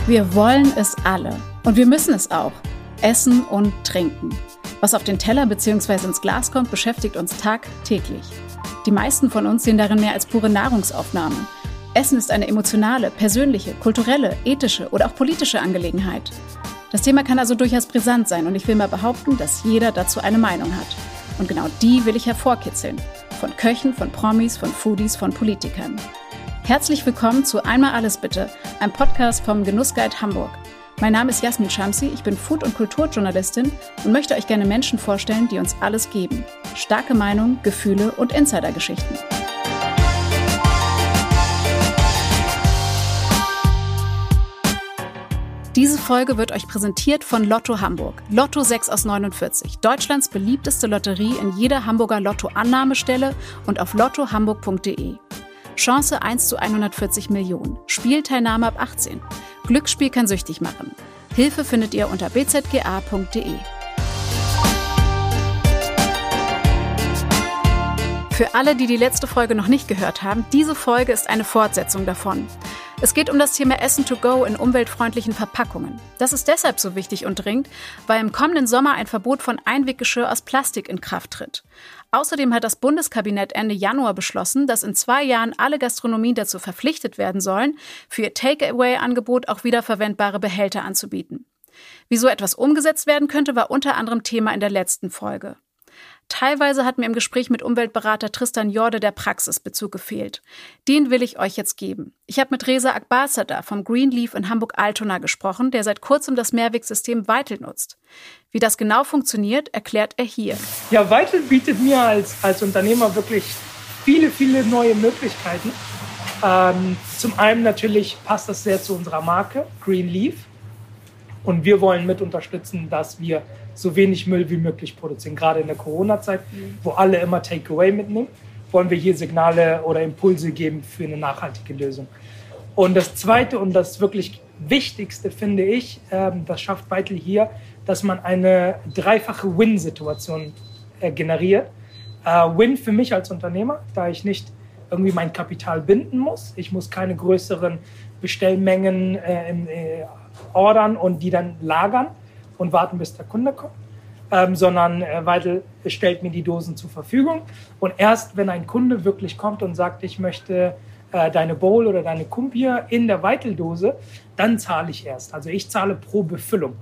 Wir wollen es alle und wir müssen es auch. Essen und trinken. Was auf den Teller bzw. ins Glas kommt, beschäftigt uns tagtäglich. Die meisten von uns sehen darin mehr als pure Nahrungsaufnahme. Essen ist eine emotionale, persönliche, kulturelle, ethische oder auch politische Angelegenheit. Das Thema kann also durchaus brisant sein und ich will mal behaupten, dass jeder dazu eine Meinung hat. Und genau die will ich hervorkitzeln. Von Köchen, von Promis, von Foodies, von Politikern. Herzlich willkommen zu Einmal alles bitte, einem Podcast vom Genussguide Hamburg. Mein Name ist Jasmin Shamsi, ich bin Food- und Kulturjournalistin und möchte euch gerne Menschen vorstellen, die uns alles geben. Starke Meinungen, Gefühle und Insidergeschichten. Diese Folge wird euch präsentiert von Lotto Hamburg. Lotto 6 aus 49, Deutschlands beliebteste Lotterie in jeder Hamburger Lotto-Annahmestelle und auf lottohamburg.de. Chance 1 zu 140 Millionen. Spielteilnahme ab 18. Glücksspiel kann süchtig machen. Hilfe findet ihr unter bzga.de. Für alle, die die letzte Folge noch nicht gehört haben, diese Folge ist eine Fortsetzung davon. Es geht um das Thema Essen to go in umweltfreundlichen Verpackungen. Das ist deshalb so wichtig und dringend, weil im kommenden Sommer ein Verbot von Einweggeschirr aus Plastik in Kraft tritt. Außerdem hat das Bundeskabinett Ende Januar beschlossen, dass in 2 Jahren alle Gastronomien dazu verpflichtet werden sollen, für ihr Takeaway-Angebot auch wiederverwendbare Behälter anzubieten. Wie so etwas umgesetzt werden könnte, war unter anderem Thema in der letzten Folge. Teilweise hat mir im Gespräch mit Umweltberater Tristan Jorde der Praxisbezug gefehlt. Den will ich euch jetzt geben. Ich habe mit Reza Akbarzadeh vom Greenleaf in Hamburg-Altona gesprochen, der seit kurzem das Mehrwegsystem Vital nutzt. Wie das genau funktioniert, erklärt er hier. Ja, Vital bietet mir als Unternehmer wirklich viele, viele neue Möglichkeiten. Zum einen natürlich passt das sehr zu unserer Marke Greenleaf. Und wir wollen mit unterstützen, dass wir so wenig Müll wie möglich produzieren. Gerade in der Corona-Zeit, wo alle immer Takeaway mitnehmen, wollen wir hier Signale oder Impulse geben für eine nachhaltige Lösung. Und das Zweite und das wirklich Wichtigste finde ich, das schafft Vital hier, dass man eine dreifache Win-Situation generiert. Win für mich als Unternehmer, da ich nicht irgendwie mein Kapital binden muss. Ich muss keine größeren Bestellmengen ordern und die dann lagern und warten, bis der Kunde kommt, sondern Vital stellt mir die Dosen zur Verfügung. Und erst wenn ein Kunde wirklich kommt und sagt, ich möchte deine Bowl oder deine Kumpir in der Vital-Dose, dann zahle ich erst. Also ich zahle pro Befüllung.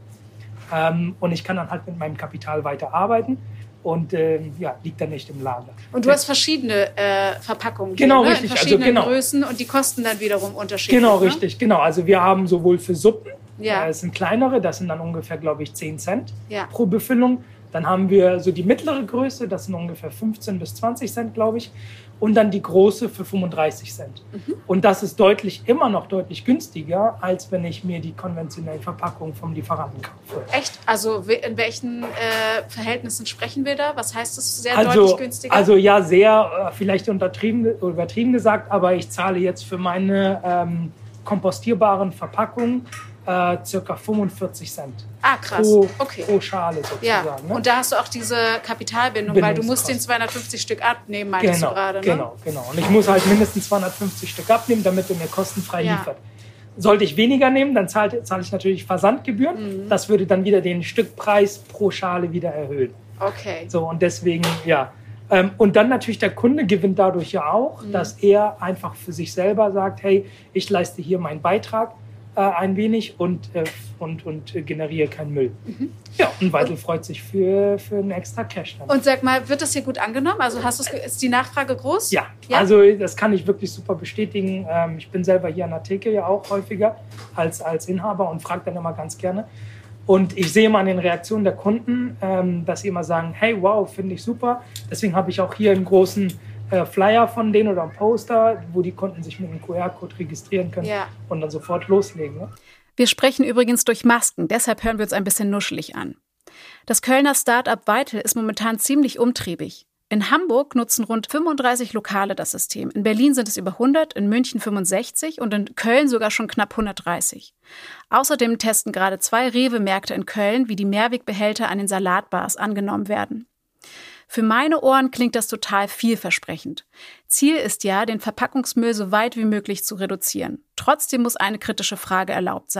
Und ich kann dann halt mit meinem Kapital weiterarbeiten und liegt dann nicht im Lager. Und du hast verschiedene Verpackungen, genau, hier, richtig. In verschiedenen also, Größen und die kosten dann wiederum unterschiedlich. Genau, ne? richtig. Genau. Also wir haben sowohl für Suppen, das sind kleinere, das sind dann ungefähr, glaube ich, 10 Cent pro Befüllung. Dann haben wir so die mittlere Größe, das sind ungefähr 15 bis 20 Cent, glaube ich. Und dann die große für 35 Cent. Und das ist immer noch deutlich günstiger, als wenn ich mir die konventionellen Verpackungen vom Lieferanten kaufe. Echt? Also in welchen Verhältnissen sprechen wir da? Was heißt das deutlich günstiger? Also ja, sehr, vielleicht übertrieben gesagt, aber ich zahle jetzt für meine kompostierbaren Verpackungen circa 45 Cent. Ah, krass. Pro Schale sozusagen. Ja. Ne? Und da hast du auch diese Kapitalbindung, weil du musst den 250 Stück abnehmen, meinst du gerade, ne? Genau. Und ich muss halt mindestens 250 Stück abnehmen, damit er mir kostenfrei liefert. Sollte ich weniger nehmen, dann zahle ich natürlich Versandgebühren. Das würde dann wieder den Stückpreis pro Schale wieder erhöhen. Okay. So, und deswegen, ja. Und dann natürlich der Kunde gewinnt dadurch ja auch, dass er einfach für sich selber sagt, hey, ich leiste hier meinen Beitrag ein wenig und generiere keinen Müll. Ja, und Vital freut sich für einen extra Cash dann. Und sag mal, wird das hier gut angenommen? Also ist die Nachfrage groß? Ja, also das kann ich wirklich super bestätigen. Ich bin selber hier an der Theke ja auch häufiger als Inhaber und frage dann immer ganz gerne. Und ich sehe immer an den Reaktionen der Kunden, dass sie immer sagen, hey, wow, finde ich super. Deswegen habe ich auch hier einen großen Flyer von denen oder ein Poster, wo die Kunden sich mit einem QR-Code registrieren können und dann sofort loslegen. Ne? Wir sprechen übrigens durch Masken, deshalb hören wir uns ein bisschen nuschelig an. Das Kölner Start-up Vital ist momentan ziemlich umtriebig. In Hamburg nutzen rund 35 Lokale das System. In Berlin sind es über 100, in München 65 und in Köln sogar schon knapp 130. Außerdem testen gerade 2 Rewe-Märkte in Köln, wie die Mehrwegbehälter an den Salatbars angenommen werden. Für meine Ohren klingt das total vielversprechend. Ziel ist ja, den Verpackungsmüll so weit wie möglich zu reduzieren. Trotzdem muss eine kritische Frage erlaubt sein.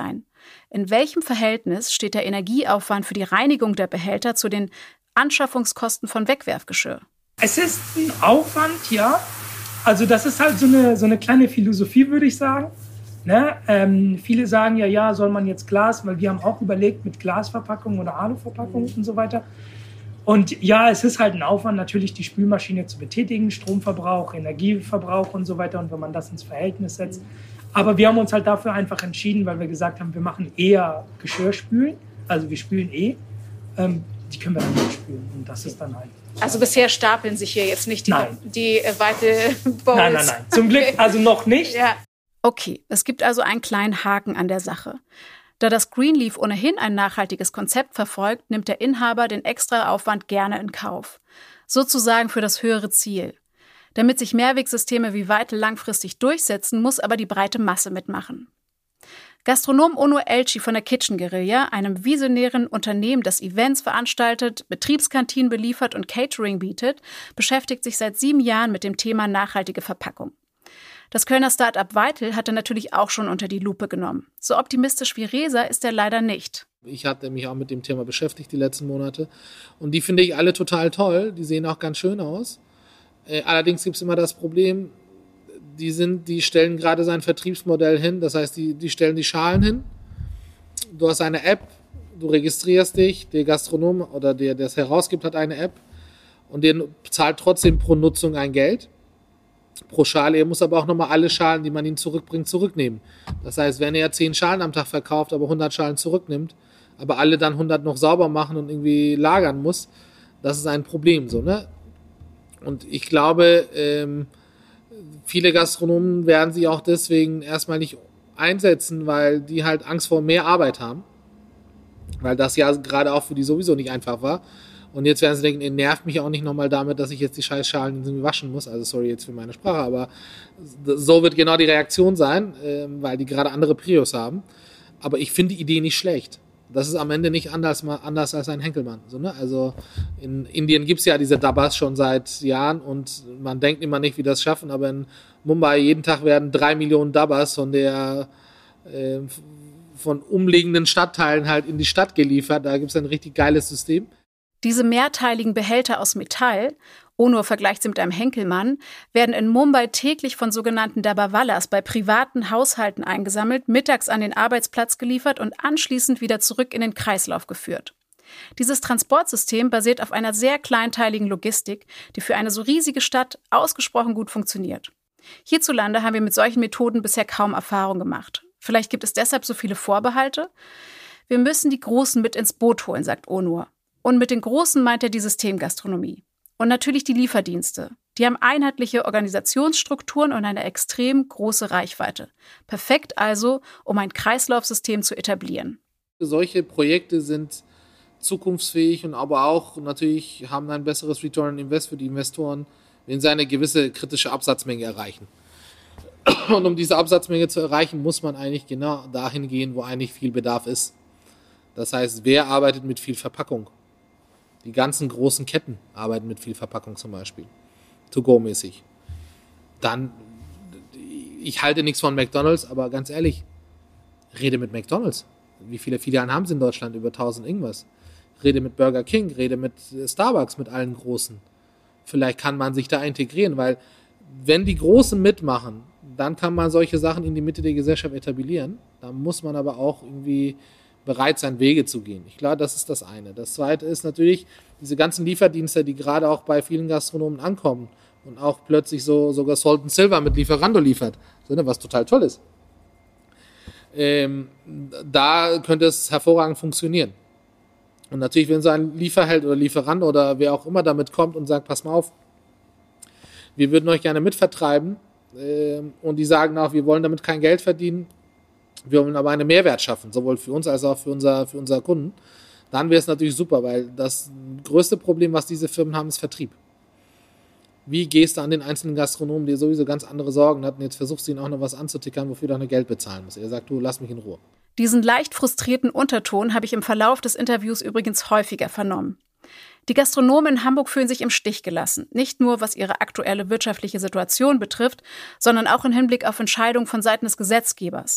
In welchem Verhältnis steht der Energieaufwand für die Reinigung der Behälter zu den Anschaffungskosten von Wegwerfgeschirr? Es ist ein Aufwand, ja. Also das ist halt so eine kleine Philosophie, würde ich sagen. Ne? Viele sagen ja, soll man jetzt Glas, weil wir haben auch überlegt mit Glasverpackungen oder Aluverpackungen und so weiter. Und ja, es ist halt ein Aufwand, natürlich die Spülmaschine zu betätigen, Stromverbrauch, Energieverbrauch und so weiter. Und wenn man das ins Verhältnis setzt. Aber wir haben uns halt dafür einfach entschieden, weil wir gesagt haben, wir machen eher Geschirrspülen. Also wir spülen die können wir dann nicht spülen. Und das ist dann halt. Also bisher stapeln sich hier jetzt nicht die weite Bowls. Nein. Zum Glück also noch nicht. Ja. Okay, es gibt also einen kleinen Haken an der Sache. Da das Greenleaf ohnehin ein nachhaltiges Konzept verfolgt, nimmt der Inhaber den extra Aufwand gerne in Kauf. Sozusagen für das höhere Ziel. Damit sich Mehrwegsysteme wie Vital langfristig durchsetzen, muss aber die breite Masse mitmachen. Gastronom Onur Elçi von der Kitchen Guerilla, einem visionären Unternehmen, das Events veranstaltet, Betriebskantinen beliefert und Catering bietet, beschäftigt sich seit 7 Jahren mit dem Thema nachhaltige Verpackung. Das Kölner Start-up Vital hat er natürlich auch schon unter die Lupe genommen. So optimistisch wie Reza ist er leider nicht. Ich hatte mich auch mit dem Thema beschäftigt die letzten Monate. Und die finde ich alle total toll. Die sehen auch ganz schön aus. Allerdings gibt es immer das Problem, die stellen gerade sein Vertriebsmodell hin. Das heißt, die stellen die Schalen hin. Du hast eine App, du registrierst dich. Der Gastronom oder der es herausgibt, hat eine App. Und der zahlt trotzdem pro Nutzung ein Geld. Pro Schale. Er muss aber auch nochmal alle Schalen, die man ihm zurückbringt, zurücknehmen. Das heißt, wenn er 10 Schalen am Tag verkauft, aber 100 Schalen zurücknimmt, aber alle dann 100 noch sauber machen und irgendwie lagern muss, das ist ein Problem, so, ne? Und ich glaube, viele Gastronomen werden sie auch deswegen erstmal nicht einsetzen, weil die halt Angst vor mehr Arbeit haben. Weil das ja gerade auch für die sowieso nicht einfach war. Und jetzt werden sie denken, ihr nervt mich auch nicht nochmal damit, dass ich jetzt die Scheißschalen irgendwie waschen muss. Also sorry jetzt für meine Sprache, aber so wird genau die Reaktion sein, weil die gerade andere Prios haben. Aber ich finde die Idee nicht schlecht. Das ist am Ende nicht anders als ein Henkelmann. So, ne? Also in Indien gibt es ja diese Dabbas schon seit Jahren und man denkt immer nicht, wie das schaffen, aber in Mumbai jeden Tag werden 3 Millionen Dabbas von umliegenden Stadtteilen halt in die Stadt geliefert. Da gibt es ein richtig geiles System. Diese mehrteiligen Behälter aus Metall, Onur vergleicht sie mit einem Henkelmann, werden in Mumbai täglich von sogenannten Dabawallas bei privaten Haushalten eingesammelt, mittags an den Arbeitsplatz geliefert und anschließend wieder zurück in den Kreislauf geführt. Dieses Transportsystem basiert auf einer sehr kleinteiligen Logistik, die für eine so riesige Stadt ausgesprochen gut funktioniert. Hierzulande haben wir mit solchen Methoden bisher kaum Erfahrung gemacht. Vielleicht gibt es deshalb so viele Vorbehalte? Wir müssen die Großen mit ins Boot holen, sagt Onur. Und mit den Großen meint er die Systemgastronomie. Und natürlich die Lieferdienste. Die haben einheitliche Organisationsstrukturen und eine extrem große Reichweite. Perfekt also, um ein Kreislaufsystem zu etablieren. Solche Projekte sind zukunftsfähig und aber auch natürlich haben ein besseres Return on Invest für die Investoren, wenn sie eine gewisse kritische Absatzmenge erreichen. Und um diese Absatzmenge zu erreichen, muss man eigentlich genau dahin gehen, wo eigentlich viel Bedarf ist. Das heißt, wer arbeitet mit viel Verpackung? Die ganzen großen Ketten arbeiten mit viel Verpackung zum Beispiel. To-go-mäßig. Dann, ich halte nichts von McDonald's, aber ganz ehrlich, rede mit McDonald's. Wie viele Filialen haben sie in Deutschland? Über 1000 irgendwas. Rede mit Burger King, rede mit Starbucks, mit allen Großen. Vielleicht kann man sich da integrieren, weil wenn die Großen mitmachen, dann kann man solche Sachen in die Mitte der Gesellschaft etablieren. Da muss man aber auch irgendwie bereit sein, Wege zu gehen. Ich glaube, das ist das eine. Das zweite ist natürlich diese ganzen Lieferdienste, die gerade auch bei vielen Gastronomen ankommen und auch plötzlich sogar Salt & Silver mit Lieferando liefert, was total toll ist. Da könnte es hervorragend funktionieren. Und natürlich, wenn so ein Lieferheld oder Lieferant oder wer auch immer damit kommt und sagt, pass mal auf, wir würden euch gerne mitvertreiben und die sagen auch, wir wollen damit kein Geld verdienen, wir wollen aber einen Mehrwert schaffen, sowohl für uns als auch für unsere Kunden, dann wäre es natürlich super, weil das größte Problem, was diese Firmen haben, ist Vertrieb. Wie gehst du an den einzelnen Gastronomen, die sowieso ganz andere Sorgen hatten, jetzt versuchst du ihnen auch noch was anzutickern, wofür du auch noch Geld bezahlen musst. Er sagt, du, lass mich in Ruhe. Diesen leicht frustrierten Unterton habe ich im Verlauf des Interviews übrigens häufiger vernommen. Die Gastronomen in Hamburg fühlen sich im Stich gelassen. Nicht nur, was ihre aktuelle wirtschaftliche Situation betrifft, sondern auch im Hinblick auf Entscheidungen von Seiten des Gesetzgebers.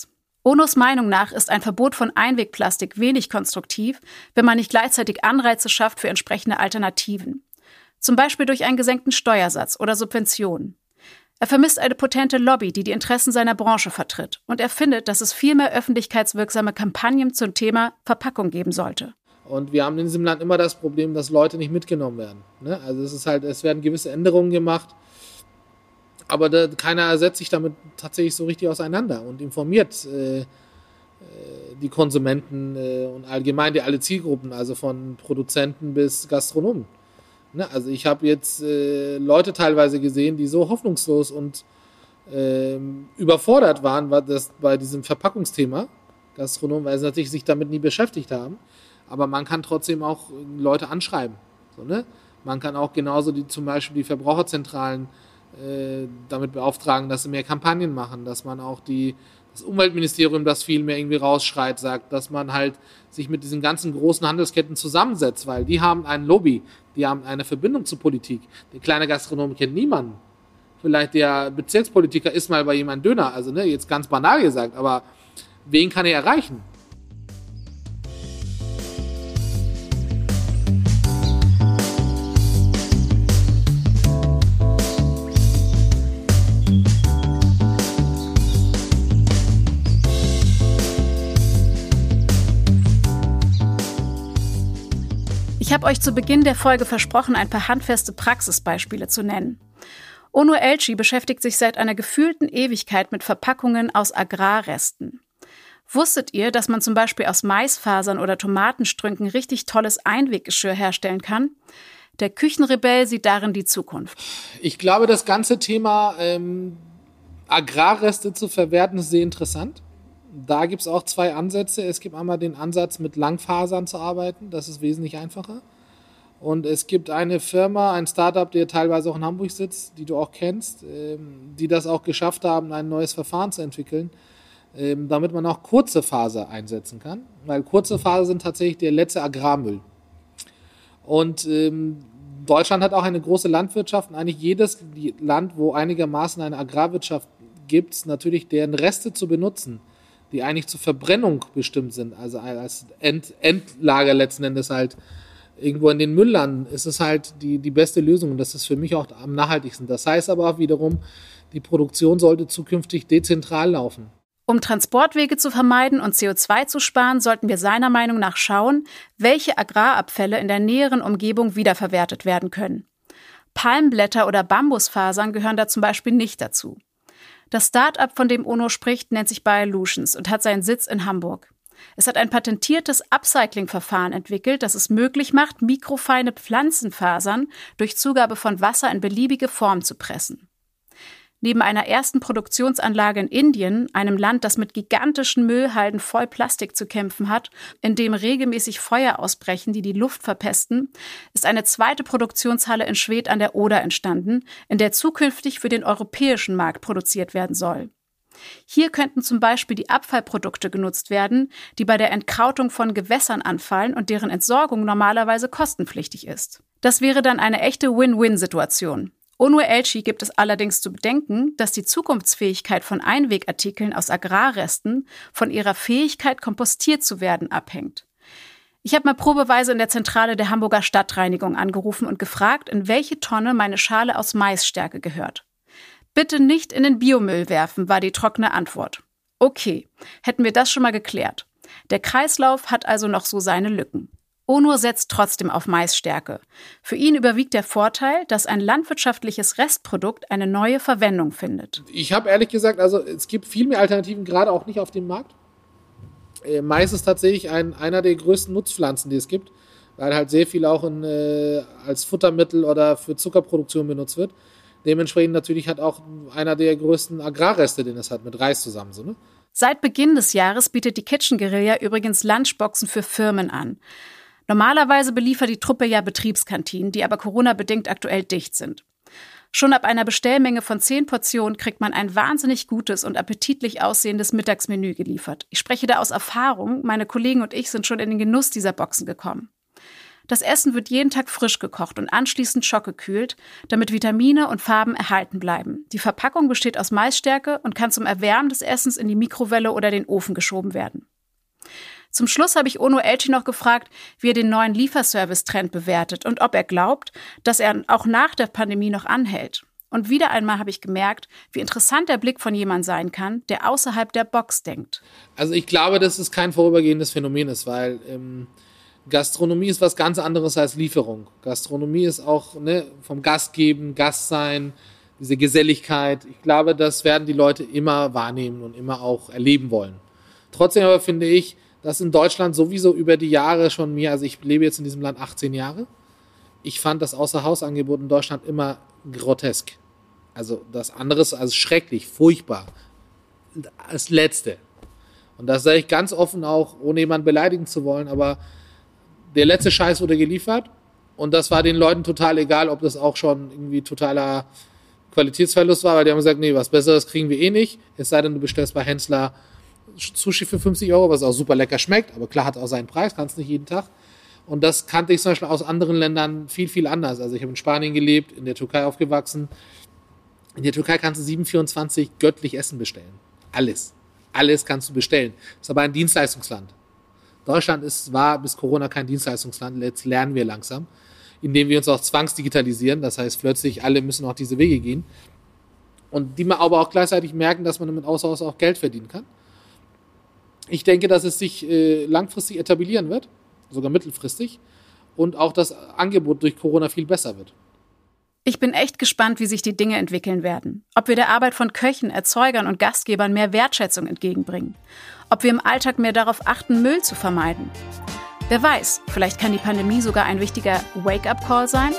Onos Meinung nach ist ein Verbot von Einwegplastik wenig konstruktiv, wenn man nicht gleichzeitig Anreize schafft für entsprechende Alternativen. Zum Beispiel durch einen gesenkten Steuersatz oder Subventionen. Er vermisst eine potente Lobby, die die Interessen seiner Branche vertritt. Und er findet, dass es viel mehr öffentlichkeitswirksame Kampagnen zum Thema Verpackung geben sollte. Und wir haben in diesem Land immer das Problem, dass Leute nicht mitgenommen werden. Ne? Also es werden gewisse Änderungen gemacht, aber keiner setzt sich damit tatsächlich so richtig auseinander und informiert die Konsumenten und allgemein alle Zielgruppen, also von Produzenten bis Gastronomen. Ne? Also ich habe jetzt Leute teilweise gesehen, die so hoffnungslos und überfordert waren bei diesem Verpackungsthema, Gastronomen, weil sie natürlich sich damit nie beschäftigt haben. Aber man kann trotzdem auch Leute anschreiben. So, ne? Man kann auch genauso zum Beispiel die Verbraucherzentralen damit beauftragen, dass sie mehr Kampagnen machen, dass man auch das Umweltministerium, das viel mehr irgendwie rausschreit, sagt, dass man halt sich mit diesen ganzen großen Handelsketten zusammensetzt, weil die haben ein Lobby, die haben eine Verbindung zur Politik. Der kleine Gastronom kennt niemanden. Vielleicht der Bezirkspolitiker isst mal bei jemandem Döner, also ne, jetzt ganz banal gesagt, aber wen kann er erreichen? Ich habe euch zu Beginn der Folge versprochen, ein paar handfeste Praxisbeispiele zu nennen. Onur Elçi beschäftigt sich seit einer gefühlten Ewigkeit mit Verpackungen aus Agrarresten. Wusstet ihr, dass man zum Beispiel aus Maisfasern oder Tomatenstrünken richtig tolles Einweggeschirr herstellen kann? Der Küchenrebell sieht darin die Zukunft. Ich glaube, das ganze Thema Agrarreste zu verwerten ist sehr interessant. Da gibt es auch zwei Ansätze. Es gibt einmal den Ansatz, mit Langfasern zu arbeiten. Das ist wesentlich einfacher. Und es gibt eine Firma, ein Startup, der teilweise auch in Hamburg sitzt, die du auch kennst, die das auch geschafft haben, ein neues Verfahren zu entwickeln, damit man auch kurze Faser einsetzen kann. Weil kurze Faser sind tatsächlich der letzte Agrarmüll. Und Deutschland hat auch eine große Landwirtschaft. Und eigentlich jedes Land, wo einigermaßen eine Agrarwirtschaft gibt, natürlich deren Reste zu benutzen, die eigentlich zur Verbrennung bestimmt sind, also als Endlager letzten Endes halt irgendwo in den Müll landen, ist es halt die beste Lösung und das ist für mich auch am nachhaltigsten. Das heißt aber auch wiederum, die Produktion sollte zukünftig dezentral laufen. Um Transportwege zu vermeiden und CO2 zu sparen, sollten wir seiner Meinung nach schauen, welche Agrarabfälle in der näheren Umgebung wiederverwertet werden können. Palmblätter oder Bambusfasern gehören da zum Beispiel nicht dazu. Das Start-up, von dem Onur spricht, nennt sich Biolutions und hat seinen Sitz in Hamburg. Es hat ein patentiertes Upcycling-Verfahren entwickelt, das es möglich macht, mikrofeine Pflanzenfasern durch Zugabe von Wasser in beliebige Form zu pressen. Neben einer ersten Produktionsanlage in Indien, einem Land, das mit gigantischen Müllhalden voll Plastik zu kämpfen hat, in dem regelmäßig Feuer ausbrechen, die die Luft verpesten, ist eine zweite Produktionshalle in Schwedt an der Oder entstanden, in der zukünftig für den europäischen Markt produziert werden soll. Hier könnten zum Beispiel die Abfallprodukte genutzt werden, die bei der Entkrautung von Gewässern anfallen und deren Entsorgung normalerweise kostenpflichtig ist. Das wäre dann eine echte Win-Win-Situation. Onur Elçi gibt es allerdings zu bedenken, dass die Zukunftsfähigkeit von Einwegartikeln aus Agrarresten von ihrer Fähigkeit, kompostiert zu werden, abhängt. Ich habe mal probeweise in der Zentrale der Hamburger Stadtreinigung angerufen und gefragt, in welche Tonne meine Schale aus Maisstärke gehört. Bitte nicht in den Biomüll werfen, war die trockene Antwort. Okay, hätten wir das schon mal geklärt. Der Kreislauf hat also noch so seine Lücken. Onur setzt trotzdem auf Maisstärke. Für ihn überwiegt der Vorteil, dass ein landwirtschaftliches Restprodukt eine neue Verwendung findet. Ich habe ehrlich gesagt, also es gibt viel mehr Alternativen, gerade auch nicht auf dem Markt. Mais ist tatsächlich einer der größten Nutzpflanzen, die es gibt, weil halt sehr viel auch als Futtermittel oder für Zuckerproduktion benutzt wird. Dementsprechend natürlich hat auch einer der größten Agrarreste, den es hat, mit Reis zusammen. So, ne? Seit Beginn des Jahres bietet die Kitchen Guerilla übrigens Lunchboxen für Firmen an. Normalerweise beliefert die Truppe ja Betriebskantinen, die aber Corona-bedingt aktuell dicht sind. Schon ab einer Bestellmenge von 10 Portionen kriegt man ein wahnsinnig gutes und appetitlich aussehendes Mittagsmenü geliefert. Ich spreche da aus Erfahrung, meine Kollegen und ich sind schon in den Genuss dieser Boxen gekommen. Das Essen wird jeden Tag frisch gekocht und anschließend schockgekühlt, damit Vitamine und Farben erhalten bleiben. Die Verpackung besteht aus Maisstärke und kann zum Erwärmen des Essens in die Mikrowelle oder den Ofen geschoben werden. Zum Schluss habe ich Onur Elçi noch gefragt, wie er den neuen Lieferservice-Trend bewertet und ob er glaubt, dass er auch nach der Pandemie noch anhält. Und wieder einmal habe ich gemerkt, wie interessant der Blick von jemandem sein kann, der außerhalb der Box denkt. Also ich glaube, dass es kein vorübergehendes Phänomen ist, weil Gastronomie ist was ganz anderes als Lieferung. Gastronomie ist auch vom Gast geben, Gast sein, diese Geselligkeit. Ich glaube, das werden die Leute immer wahrnehmen und immer auch erleben wollen. Trotzdem aber finde ich, dass in Deutschland sowieso über die Jahre schon mehr, also ich lebe jetzt in diesem Land 18 Jahre, ich fand das Außerhausangebot in Deutschland immer grotesk. Also das andere ist also schrecklich, furchtbar. Das Letzte. Und das sage ich ganz offen auch, ohne jemanden beleidigen zu wollen, aber der letzte Scheiß wurde geliefert und das war den Leuten total egal, ob das auch schon irgendwie totaler Qualitätsverlust war, weil die haben gesagt, nee, was Besseres kriegen wir eh nicht, es sei denn, du bestellst bei Hensler Sushi für 50 €, was auch super lecker schmeckt, aber klar hat auch seinen Preis, kannst nicht jeden Tag. Und das kannte ich zum Beispiel aus anderen Ländern viel, viel anders. Also ich habe in Spanien gelebt, in der Türkei aufgewachsen. In der Türkei kannst du 7/24 göttlich Essen bestellen. Alles. Alles kannst du bestellen. Das ist aber ein Dienstleistungsland. Deutschland war bis Corona kein Dienstleistungsland. Jetzt lernen wir langsam, indem wir uns auch zwangsdigitalisieren. Das heißt, plötzlich alle müssen auch diese Wege gehen. Und die man aber auch gleichzeitig merken, dass man damit außerhaus auch Geld verdienen kann. Ich denke, dass es sich langfristig etablieren wird, sogar mittelfristig, und auch das Angebot durch Corona viel besser wird. Ich bin echt gespannt, wie sich die Dinge entwickeln werden. Ob wir der Arbeit von Köchen, Erzeugern und Gastgebern mehr Wertschätzung entgegenbringen. Ob wir im Alltag mehr darauf achten, Müll zu vermeiden. Wer weiß, vielleicht kann die Pandemie sogar ein wichtiger Wake-up-Call sein?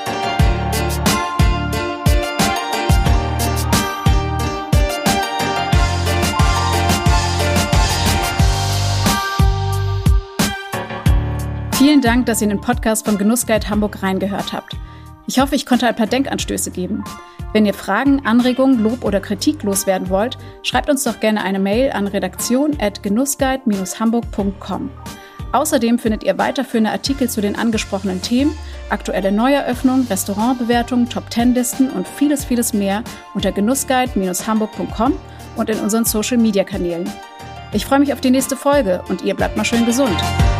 Vielen Dank, dass ihr in den Podcast vom Genussguide Hamburg reingehört habt. Ich hoffe, ich konnte ein paar Denkanstöße geben. Wenn ihr Fragen, Anregungen, Lob oder Kritik loswerden wollt, schreibt uns doch gerne eine Mail an redaktion@genussguide-hamburg.com. Außerdem findet ihr weiterführende Artikel zu den angesprochenen Themen, aktuelle Neueröffnungen, Restaurantbewertungen, Top-10-Listen und vieles, vieles mehr unter genussguide-hamburg.com und in unseren Social-Media-Kanälen. Ich freue mich auf die nächste Folge und ihr bleibt mal schön gesund.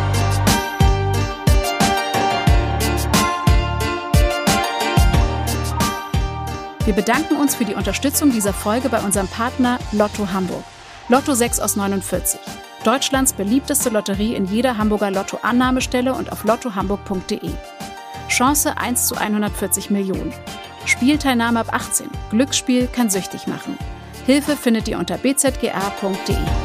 Wir bedanken uns für die Unterstützung dieser Folge bei unserem Partner Lotto Hamburg. Lotto 6 aus 49. Deutschlands beliebteste Lotterie in jeder Hamburger Lotto-Annahmestelle und auf lottohamburg.de. Chance 1 zu 140 Millionen. Spielteilnahme ab 18. Glücksspiel kann süchtig machen. Hilfe findet ihr unter bzga.de.